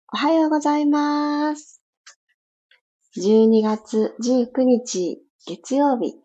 おはようございます。12月19日月曜日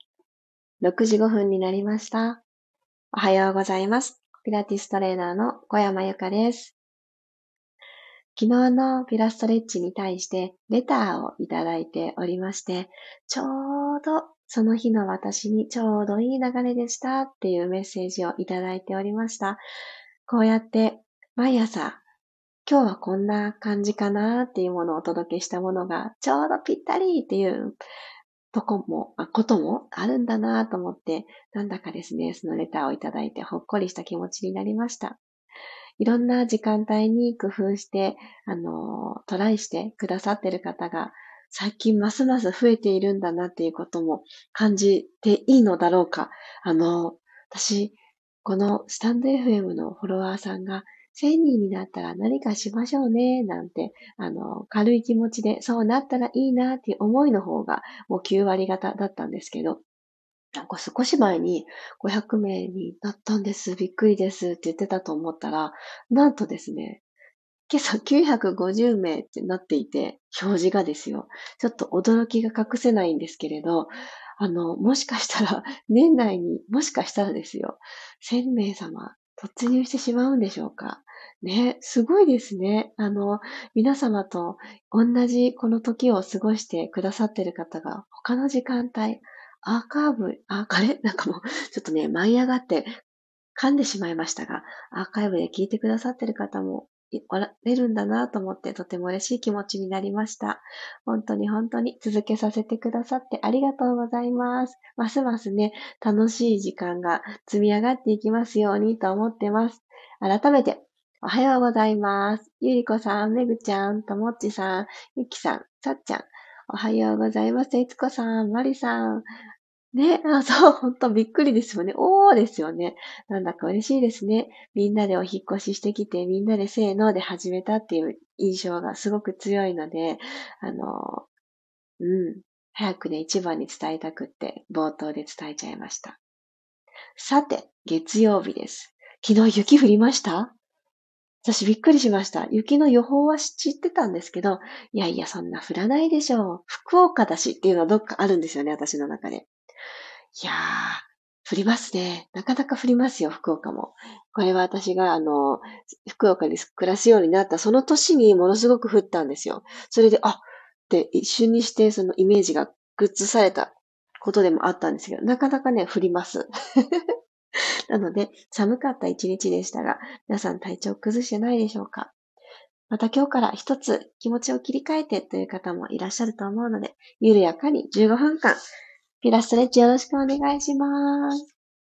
6時5分になりました。おはようございます。ピラティストレーナーの小山由かです。昨日のピラストレッチに対してレターをいただいておりまして、ちょうどその日の私にちょうどいい流れでしたっていうメッセージをいただいておりました。こうやって毎朝今日はこんな感じかなっていうものをお届けしたものがちょうどぴったりっていうこともあるんだなと思って、なんだかですね、そのレターをいただいてほっこりした気持ちになりました。いろんな時間帯に工夫して、トライしてくださっている方が最近ますます増えているんだなっていうことも感じていいのだろうか。私、このスタンド FM のフォロワーさんが1000人になったら何かしましょうね、なんて、軽い気持ちでそうなったらいいなっていう思いの方がもう9割方だったんですけど、なんか少し前に500名になったんです、びっくりですって言ってたと思ったら、なんとですね、今朝950名ってなっていて、表示がですよ。ちょっと驚きが隠せないんですけれど、もしかしたら、年内に、もしかしたらですよ、1000名様、突入してしまうんでしょうか。ね、すごいですね。皆様と同じこの時を過ごしてくださっている方が、他の時間帯、アーカーブ、あれなんかもう、ちょっとね、舞い上がって噛んでしまいましたが、アーカイブで聞いてくださっている方もおられるんだなと思ってとても嬉しい気持ちになりました。本当に本当に続けさせてくださってありがとうございます。ますますね、楽しい時間が積み上がっていきますようにと思ってます。改めて、おはようございます。ゆりこさん、めぐちゃん、ともっちさん、ゆきさん、さっちゃん、おはようございます。いつこさん、まりさん、ね、そう、ほんとびっくりですよね。おーですよね。なんだか嬉しいですね。みんなでお引っ越ししてきて、みんなでせーので始めたっていう印象がすごく強いので、あの、うん、早くね、一番に伝えたくって、冒頭で伝えちゃいました。さて、月曜日です。昨日雪降りました？私びっくりしました。雪の予報は知ってたんですけど、いやいや、そんな降らないでしょう。福岡だしっていうのはどっかあるんですよね、私の中で。いやー、降りますね。なかなか降りますよ、福岡も。これは私が、福岡で暮らすようになったその年にものすごく降ったんですよ。それで、って一瞬にしてそのイメージがグッズされたことでもあったんですけど、なかなかね、降ります。なので、寒かった一日でしたが、皆さん体調崩してないでしょうか？また今日から一つ気持ちを切り替えてという方もいらっしゃると思うので、緩やかに15分間ピラストレッチよろしくお願いします。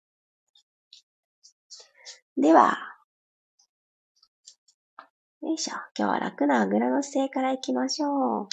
では、よいしょ。今日は楽なあぐらの姿勢からいきましょう。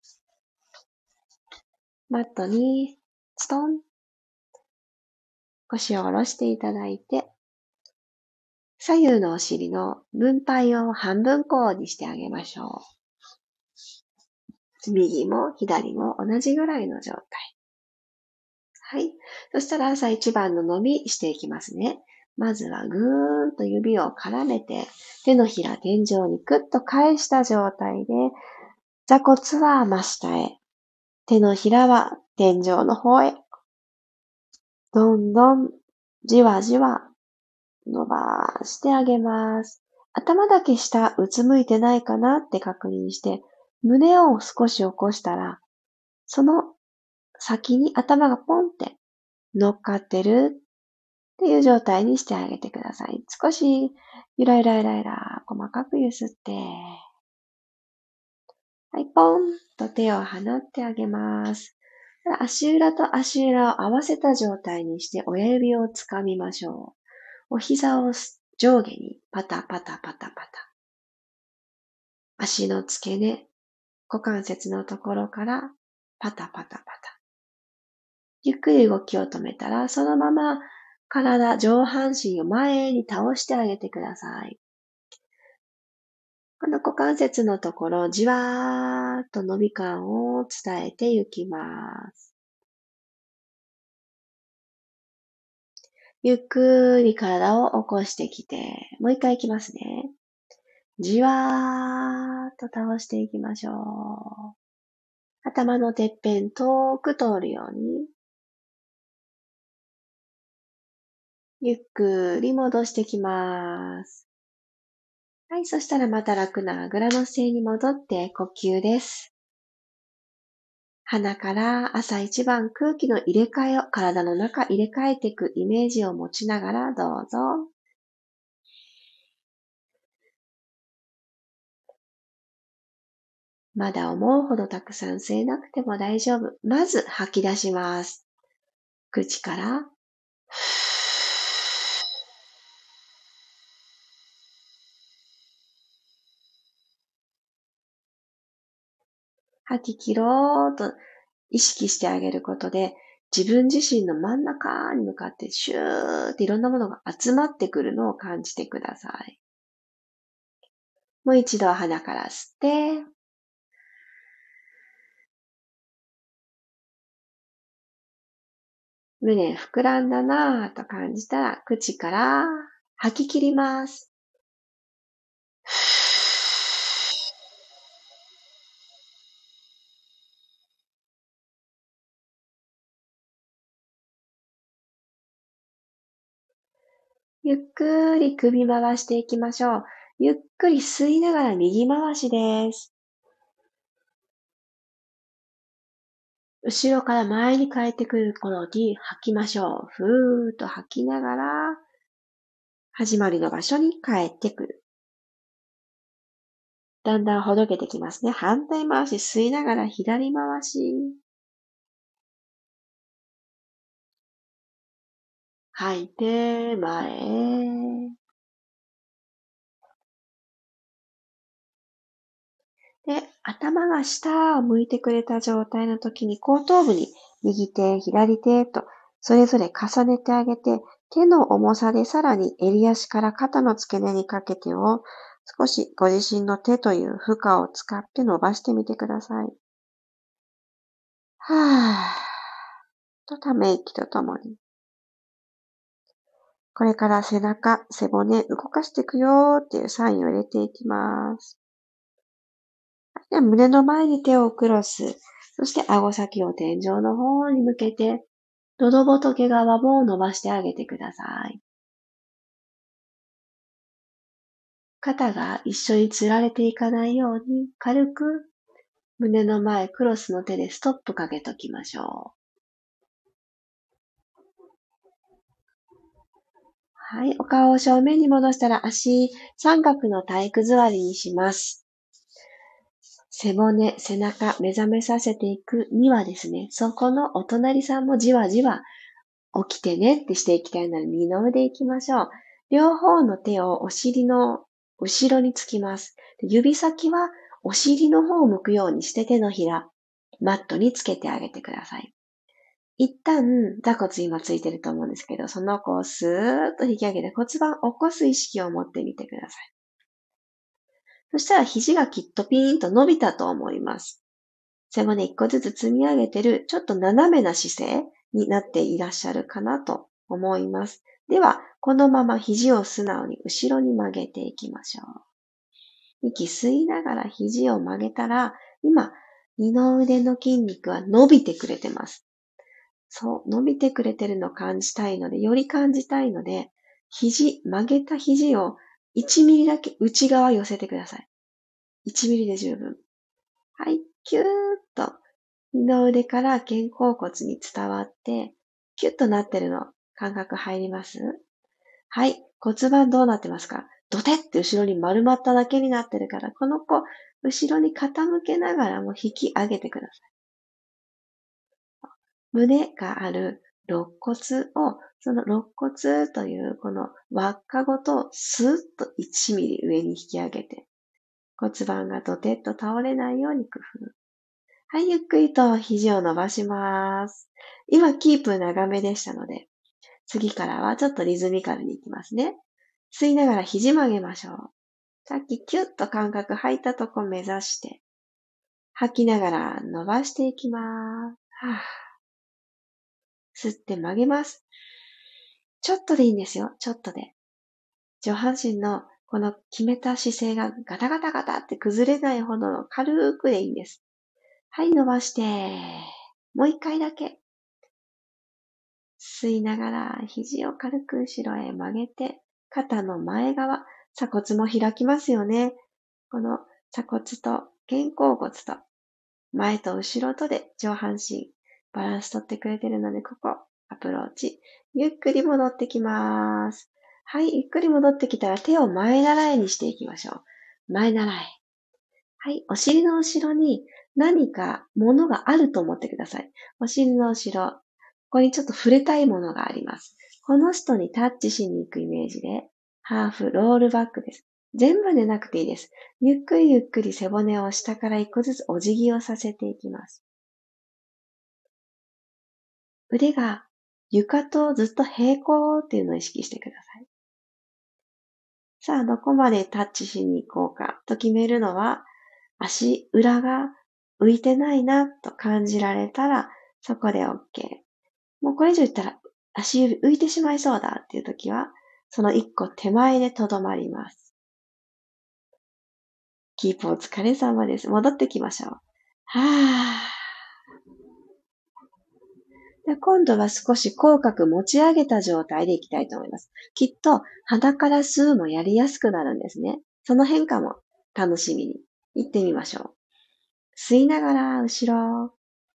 マットにストン、腰を下ろしていただいて、左右のお尻の分配を半分こうにしてあげましょう。右も左も同じぐらいの状態。はい。そしたら朝一番の伸びしていきますね。まずはぐーんと指を絡めて、手のひら天井にクッと返した状態で、座骨は真下へ、手のひらは天井の方へ、どんどんじわじわ伸ばしてあげます。頭だけ下、うつむいてないかなって確認して、胸を少し起こしたら、その先に頭がポンって乗っかってるっていう状態にしてあげてください。少しゆらゆらゆらゆら細かくゆすって、はい、ポンと手を放ってあげます。足裏と足裏を合わせた状態にして親指をつかみましょう。お膝を上下にパタパタパタパタ。足の付け根、股関節のところからパタパタパタ。ゆっくり動きを止めたら、そのまま体、上半身を前に倒してあげてください。この股関節のところ、じわーっと伸び感を伝えていきます。ゆっくり体を起こしてきて、もう一回いきますね。 じわーっと倒していきましょう。頭のてっぺん遠く通るように、ゆっくり戻してきます。はい、そしたらまた楽なあぐらの姿勢に戻って呼吸です。鼻から朝一番空気の入れ替えを体の中入れ替えていくイメージを持ちながらどうぞ。まだ思うほどたくさん吸えなくても大丈夫。まず吐き出します。口から吐き切ろうと意識してあげることで、自分自身の真ん中に向かってシューっていろんなものが集まってくるのを感じてください。もう一度鼻から吸って、胸膨らんだなぁと感じたら口から吐き切ります。ゆっくり首回していきましょう。ゆっくり吸いながら右回しです。後ろから前に帰ってくる頃に吐きましょう。ふーっと吐きながら、始まりの場所に帰ってくる。だんだんほどけてきますね。反対回し吸いながら左回し。吐いて、前へ。で、頭が下を向いてくれた状態の時に後頭部に右手、左手とそれぞれ重ねてあげて、手の重さでさらに襟足から肩の付け根にかけてを少しご自身の手という負荷を使って伸ばしてみてください。はぁとため息とともに。これから背中、背骨動かしていくよーっていうサインを入れていきます。で、胸の前に手をクロス。そして顎先を天井の方に向けて、喉仏側も伸ばしてあげてください。肩が一緒につられていかないように、軽く胸の前クロスの手でストップかけときましょう。はい、お顔を正面に戻したら足三角の体育座りにします。背骨、背中、目覚めさせていくにはですね、そこのお隣さんもじわじわ起きてねってしていきたいので、二の腕いきましょう。両方の手をお尻の後ろにつきます。指先はお尻の方を向くようにして手のひら、マットにつけてあげてください。一旦、座骨今ついてると思うんですけど、その子をスーッと引き上げて骨盤を起こす意識を持ってみてください。そしたら肘がきっとピーンと伸びたと思います。背骨一個ずつ積み上げてる、ちょっと斜めな姿勢になっていらっしゃるかなと思います。では、このまま肘を素直に後ろに曲げていきましょう。息吸いながら肘を曲げたら、今、二の腕の筋肉は伸びてくれてます。そう、伸びてくれてるのを感じたいので、より感じたいので、曲げた肘を1ミリだけ内側寄せてください。1ミリで十分。はい、キューッと二の腕から肩甲骨に伝わって、キュッとなってるの感覚入ります？はい。骨盤どうなってますか？ドテって後ろに丸まっただけになってるから、この子、後ろに傾けながらも引き上げてください。胸がある肋骨を、その肋骨というこの輪っかごとスーッと1ミリ上に引き上げて、骨盤がドテッと倒れないように工夫。はい、ゆっくりと肘を伸ばします。今、キープ長めでしたので、次からはちょっとリズミカルにいきますね。吸いながら肘曲げましょう。さっきキュッと感覚入ったとこ目指して、吐きながら伸ばしていきます。吸って曲げます。ちょっとでいいんですよ。ちょっとで。上半身のこの決めた姿勢がガタガタガタって崩れないほどの軽くでいいんです。はい、伸ばして、もう一回だけ。吸いながら肘を軽く後ろへ曲げて、肩の前側、鎖骨も開きますよね。この鎖骨と肩甲骨と前と後ろとで上半身バランス取ってくれてるので、ここアプローチ。ゆっくり戻ってきます。はい、ゆっくり戻ってきたら手を前習いにしていきましょう。前習い。はい、お尻の後ろに何か物があると思ってください。お尻の後ろ、ここにちょっと触れたいものがあります。この人にタッチしに行くイメージで、ハーフロールバックです。全部でなくていいです。ゆっくりゆっくり背骨を下から一個ずつお辞儀をさせていきます。腕が床とずっと平行っていうのを意識してください。さあ、どこまでタッチしに行こうかと決めるのは、足裏が浮いてないなと感じられたら、そこで OK。もうこれ以上言ったら足指浮いてしまいそうだっていう時は、その一個手前でとどまります。キープお疲れ様です。戻ってきましょう。はぁ。で、今度は少し口角持ち上げた状態でいきたいと思います。きっと鼻から吸うもやりやすくなるんですね。その変化も楽しみに行ってみましょう。吸いながら後ろ。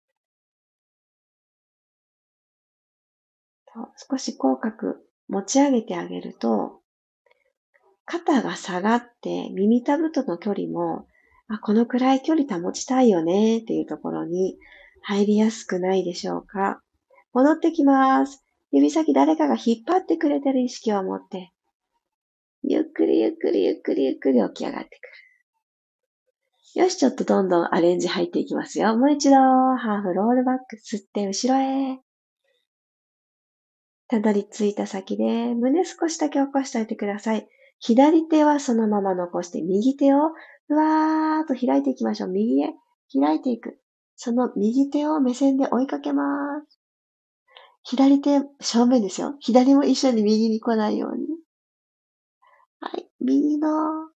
少し口角持ち上げてあげると、肩が下がって耳たぶとの距離も、このくらい距離保ちたいよねっていうところに入りやすくないでしょうか。戻ってきます。指先誰かが引っ張ってくれてる意識を持って、ゆっくりゆっくりゆっくりゆっくり起き上がってくる。よし、ちょっとどんどんアレンジ入っていきますよ。もう一度、ハーフロールバック、吸って後ろへ。たどり着いた先で胸少しだけ起こしておいてください。左手はそのまま残して、右手をふわーっと開いていきましょう。右へ開いていく。その右手を目線で追いかけます。左手正面ですよ。左も一緒に右に来ないように。はい。右の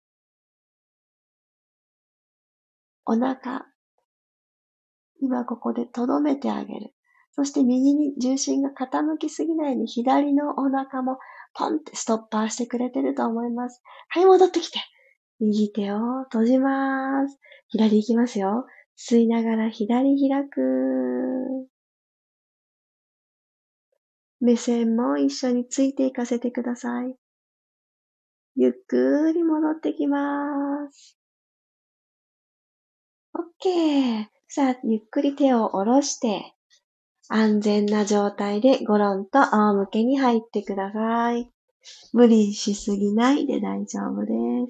お腹。今ここで留めてあげる。そして右に重心が傾きすぎないように左のお腹もポンってストッパーしてくれてると思います。はい、戻ってきて。右手を閉じます。左行きますよ。吸いながら左開く。目線も一緒についていかせてください。ゆっくり戻ってきます。OK。さあ、ゆっくり手を下ろして、安全な状態でゴロンと仰向けに入ってください。無理しすぎないで大丈夫です。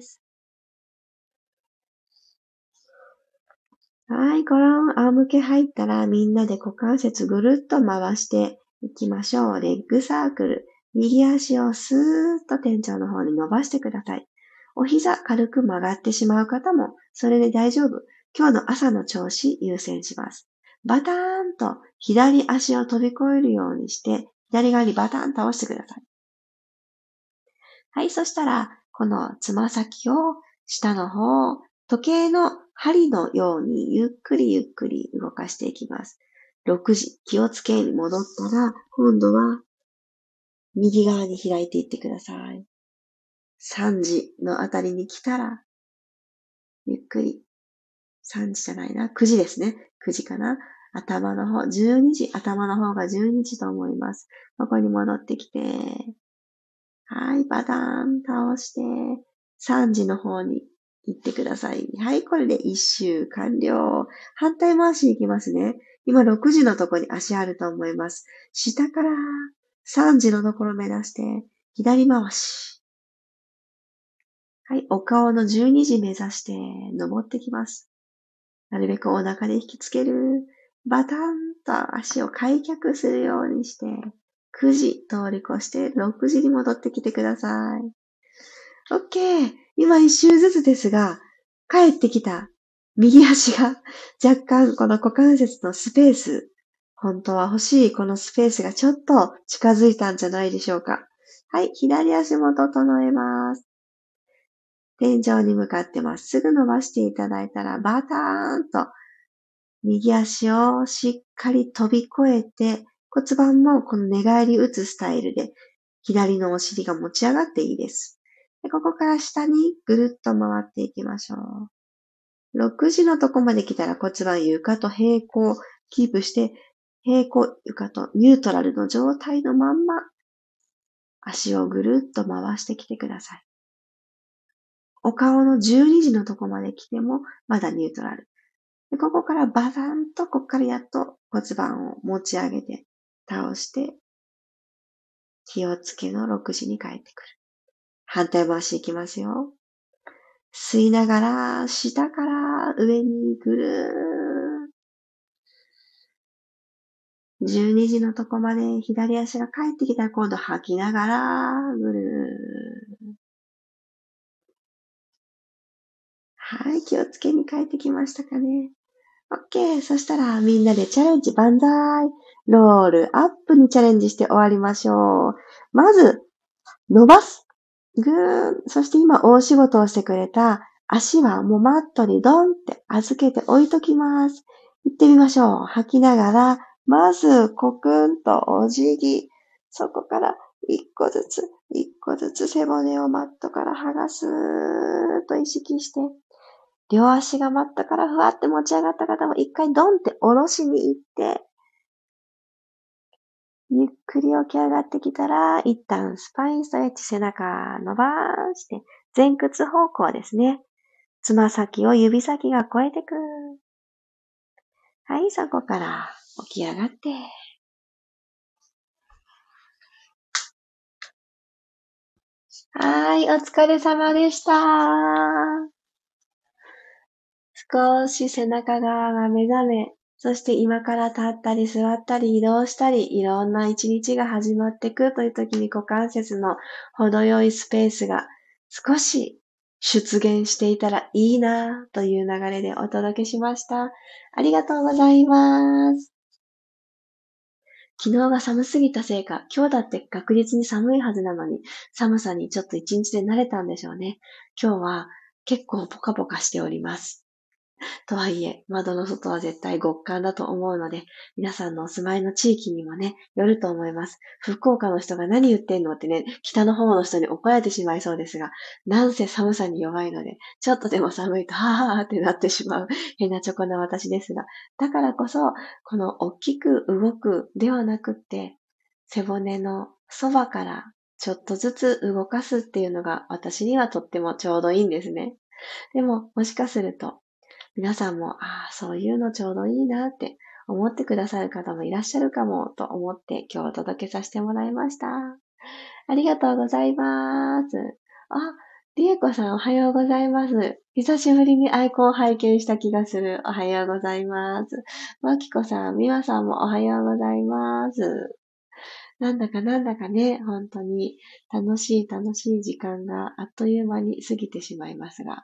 はい、ゴロン、仰向け入ったらみんなで股関節ぐるっと回していきましょう。レッグサークル。右足をスーッと天井の方に伸ばしてください。お膝軽く曲がってしまう方もそれで大丈夫。今日の朝の調子優先します。バターンと左足を飛び越えるようにして左側にバターン倒してください。はい、そしたらこのつま先を下の方、時計の針のようにゆっくりゆっくり動かしていきます。6時、気をつけに戻ったら、今度は右側に開いていってください。3時のあたりに来たら、ゆっくり、3時じゃないな、9時ですね。9時かな。頭の方、12時、頭の方が12時と思います。ここに戻ってきて、はい、バターン倒して、3時の方に行ってください。はい、これで1周完了。反対回しに行きますね。今6時のところに足あると思います。下から3時のところを目指して、左回し。はい、お顔の12時目指して登ってきます。なるべくお腹で引きつける。バタンと足を開脚するようにして、9時通り越して6時に戻ってきてください。OK。今一周ずつですが、帰ってきた右足が若干この股関節のスペース、本当は欲しいこのスペースがちょっと近づいたんじゃないでしょうか。はい、左足も整えます。 天井に向かってまっすぐ伸ばしていただいたら、バターンと右足をしっかり飛び越えて、骨盤もこの寝返り打つスタイルで、左のお尻が持ち上がっていいです。で、ここから下にぐるっと回っていきましょう。6時のとこまで来たら骨盤床と平行、キープして、平行床とニュートラルの状態のまんま、足をぐるっと回してきてください。お顔の12時のとこまで来ても、まだニュートラル。で、ここからバタンと、ここからやっと骨盤を持ち上げて、倒して、気をつけの6時に帰ってくる。反対回しいきますよ。吸いながら、下から上にぐるー。12時のとこまで左足が帰ってきたら今度吐きながら、ぐるー。はい、気をつけに帰ってきましたかね。OK。そしたらみんなでチャレンジ万歳。ロールアップにチャレンジして終わりましょう。まず、伸ばす。ぐーん。そして今大仕事をしてくれた足はもうマットにドンって預けて置いときます。行ってみましょう。吐きながら、まずコクンとお辞儀。そこから一個ずつ背骨をマットから剥がすと意識して、両足がマットからふわって持ち上がった方も一回ドンって下ろしに行って、ゆっくり起き上がってきたら、一旦スパインストレッチ背中伸ばして、前屈方向ですね。つま先を指先が超えてく。はい、そこから起き上がって。はい、お疲れ様でした。少し背中側が目覚め、そして今から立ったり座ったり移動したり、いろんな一日が始まっていくという時に股関節の程よいスペースが少し出現していたらいいなという流れでお届けしました。ありがとうございます。昨日が寒すぎたせいか、今日だって確実に寒いはずなのに、寒さにちょっと一日で慣れたんでしょうね。今日は結構ポカポカしております。とはいえ、窓の外は絶対極寒だと思うので、皆さんのお住まいの地域にもね、よると思います。福岡の人が何言ってんのってね、北の方の人に怒られてしまいそうですが、なんせ寒さに弱いので、ちょっとでも寒いと、はぁーってなってしまう変なチョコな私ですが、だからこそ、この大きく動くではなくって、背骨のそばからちょっとずつ動かすっていうのが私にはとってもちょうどいいんですね。でも、もしかすると、皆さんも、ああ、そういうのちょうどいいなって思ってくださる方もいらっしゃるかもと思って今日お届けさせてもらいました。ありがとうございます。あ、りえこさんおはようございます。久しぶりにアイコン拝見した気がする。おはようございます。まきこさん、みわさんもおはようございます。なんだかね、本当に楽しい時間があっという間に過ぎてしまいますが、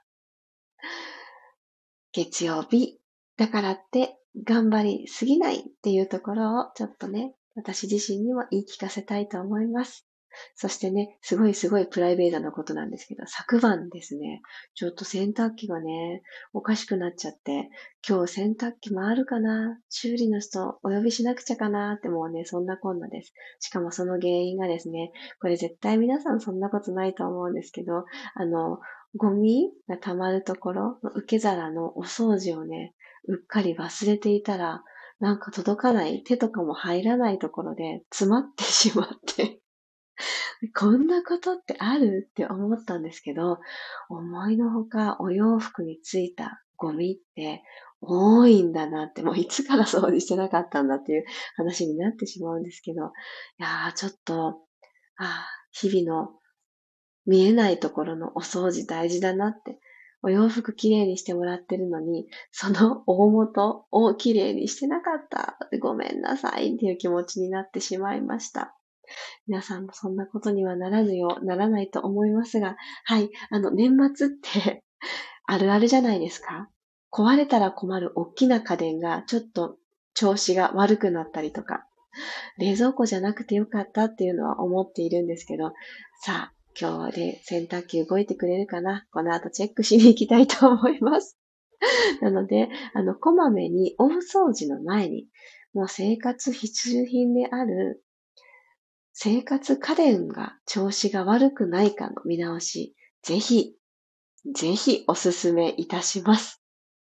月曜日だからって頑張りすぎないっていうところをちょっとね、私自身にも言い聞かせたいと思います。そしてね、すごいプライベートなことなんですけど、昨晩ですね、ちょっと洗濯機がね、おかしくなっちゃって、今日洗濯機回るかな、修理の人お呼びしなくちゃかなってもうね、そんなこんなです。しかもその原因がですね、これ絶対皆さんそんなことないと思うんですけど、ゴミが溜まるところ、受け皿のお掃除をね、うっかり忘れていたら、なんか届かない、手とかも入らないところで詰まってしまってこんなことってあるって思ったんですけど、思いのほかお洋服についたゴミって多いんだなって、もういつから掃除してなかったんだっていう話になってしまうんですけど、いやーちょっと、日々の見えないところのお掃除大事だなって。お洋服きれいにしてもらってるのに、その大元をきれいにしてなかった。ごめんなさいっていう気持ちになってしまいました。皆さんもそんなことにはならないと思いますが、はい、年末ってあるあるじゃないですか。壊れたら困る大きな家電がちょっと調子が悪くなったりとか、冷蔵庫じゃなくてよかったっていうのは思っているんですけど、さあ、 今日で洗濯機動いてくれるかな。この後チェックしに行きたいと思います。なので、こまめに大掃除の前に、もう生活必需品である生活家電が調子が悪くないかの見直し、ぜひお勧めいたします。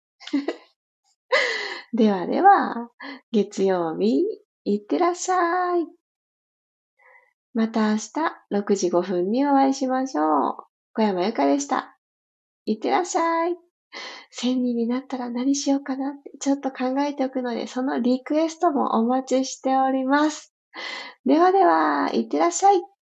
ではでは、月曜日、いってらっしゃい。また明日6時5分にお会いしましょう。小山由かでした。いってらっしゃい。1000人になったら何しようかなってちょっと考えておくので、そのリクエストもお待ちしております。ではでは、いってらっしゃい。